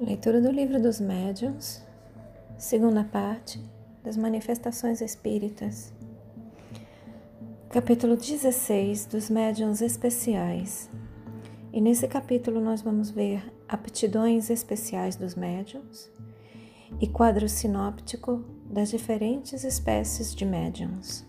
Leitura do Livro dos Médiuns, segunda parte das Manifestações Espíritas, capítulo 16 dos Médiuns Especiais. E nesse capítulo nós vamos ver aptidões especiais dos médiuns e quadro sinóptico das diferentes espécies de médiuns.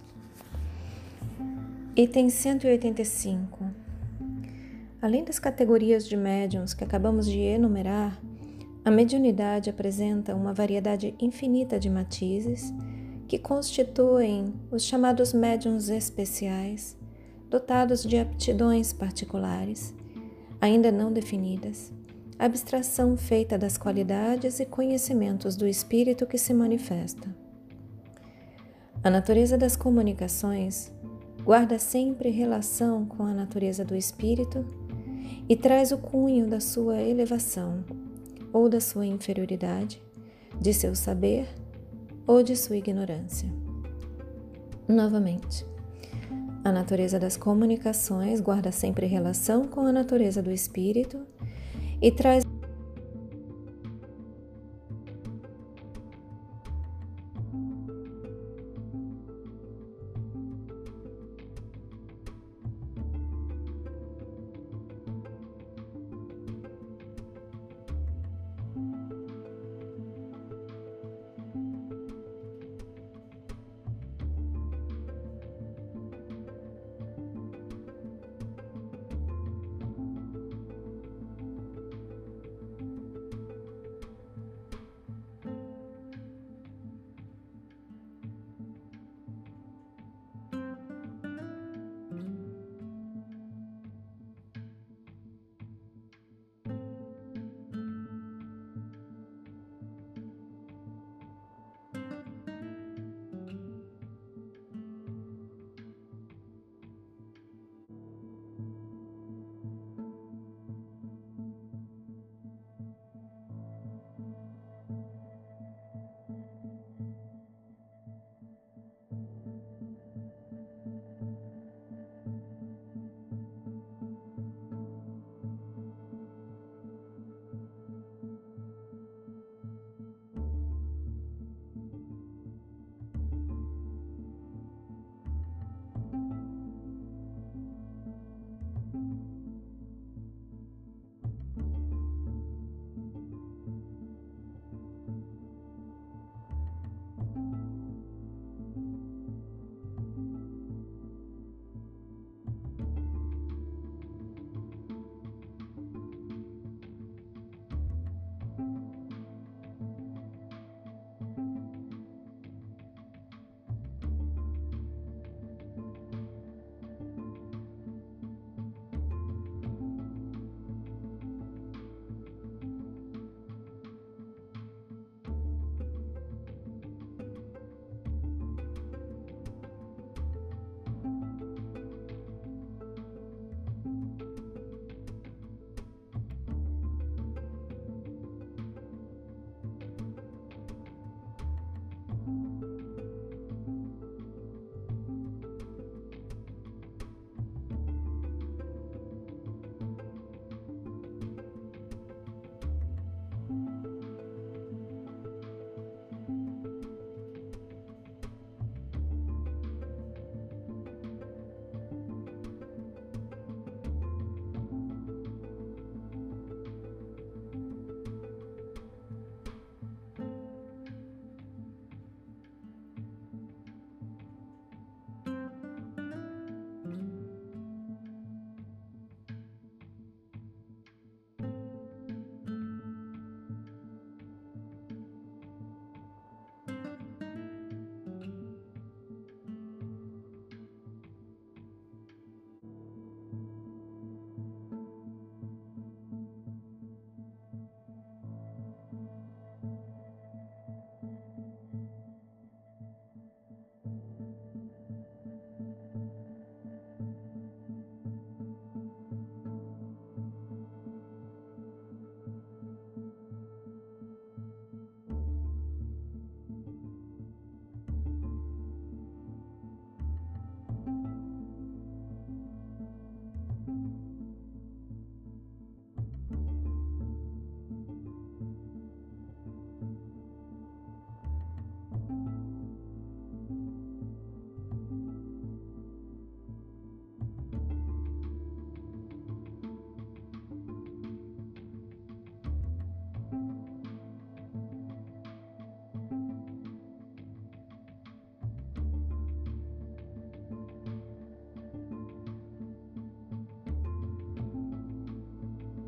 Item 185. Além das categorias de médiuns que acabamos de enumerar, a mediunidade apresenta uma variedade infinita de matizes que constituem os chamados médiuns especiais, dotados de aptidões particulares, ainda não definidas, abstração feita das qualidades e conhecimentos do espírito que se manifesta. A natureza das comunicações guarda sempre relação com a natureza do espírito e traz o cunho da sua elevação ou da sua inferioridade, de seu saber ou de sua ignorância. Novamente, a natureza das comunicações guarda sempre relação com a natureza do espírito e traz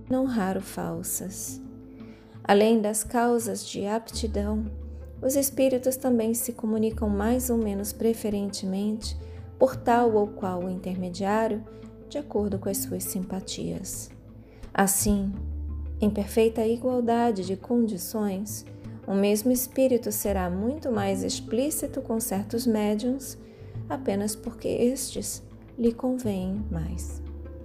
não raro falsas. Além das causas de aptidão, os espíritos também se comunicam mais ou menos preferentemente por tal ou qual intermediário, de acordo com as suas simpatias. Assim, em perfeita igualdade de condições, o mesmo espírito será muito mais explícito com certos médiuns, apenas porque estes lhe convêm mais.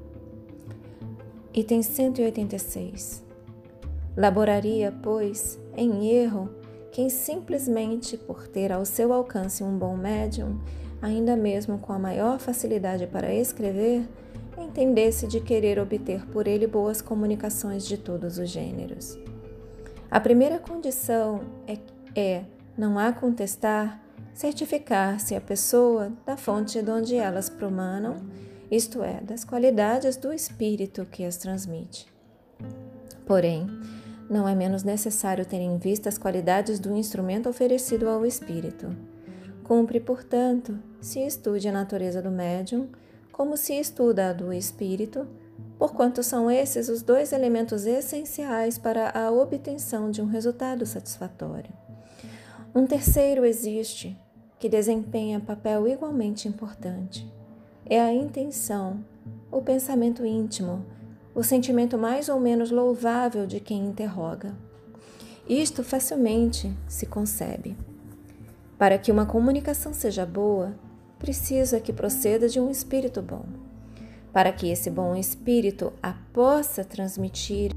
Item 186. Laboraria, pois, em erro quem simplesmente por ter ao seu alcance um bom médium, ainda mesmo com a maior facilidade para escrever, entendesse de querer obter por ele boas comunicações de todos os gêneros. A primeira condição é, não há contestar, certificar-se a pessoa da fonte de onde elas promanam, isto é, das qualidades do espírito que as transmite. Porém, não é menos necessário ter em vista as qualidades do instrumento oferecido ao espírito. Cumpre, portanto, se estude a natureza do médium, como se estuda a do espírito, porquanto são esses os dois elementos essenciais para a obtenção de um resultado satisfatório. Um terceiro existe, que desempenha papel igualmente importante. É a intenção, o pensamento íntimo, o sentimento mais ou menos louvável de quem interroga. Isto facilmente se concebe. Para que uma comunicação seja boa, preciso é que proceda de um espírito bom. Para que esse bom espírito a possa transmitir,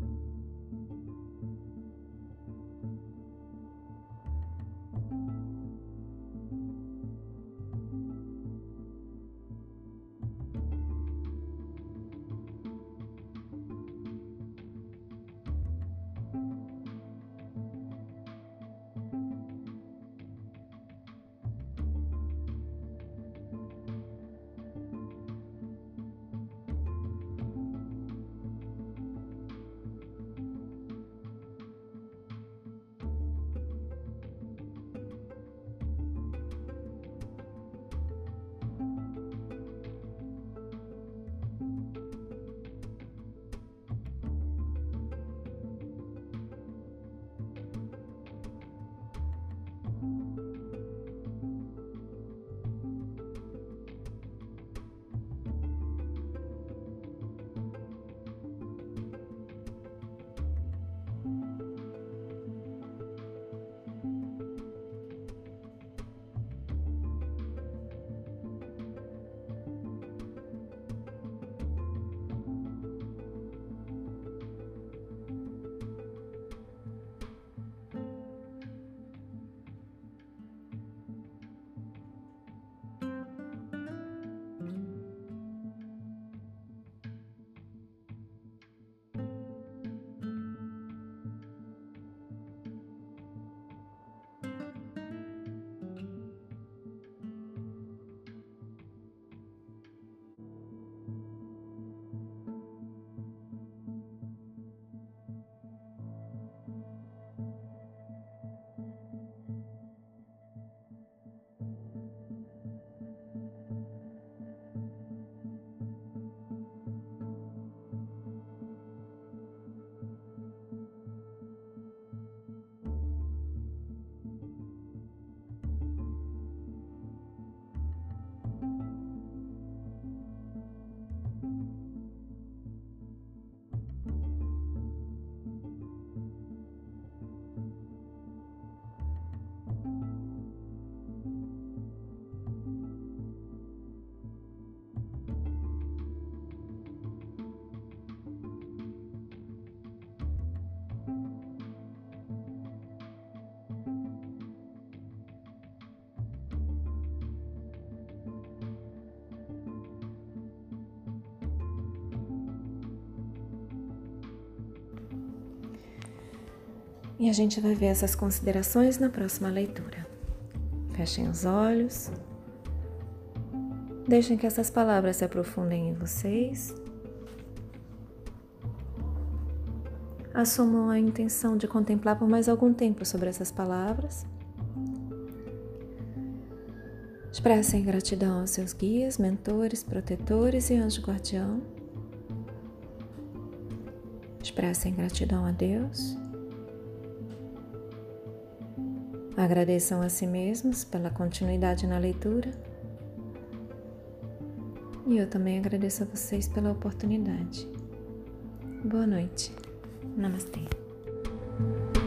e a gente vai ver essas considerações na próxima leitura. Fechem os olhos. Deixem que essas palavras se aprofundem em vocês. Assumam a intenção de contemplar por mais algum tempo sobre essas palavras. Expressem gratidão aos seus guias, mentores, protetores e anjo guardião. prece em gratidão a Deus. Agradeçam a si mesmos pela continuidade na leitura. E eu também agradeço a vocês pela oportunidade. Boa noite. Namastê.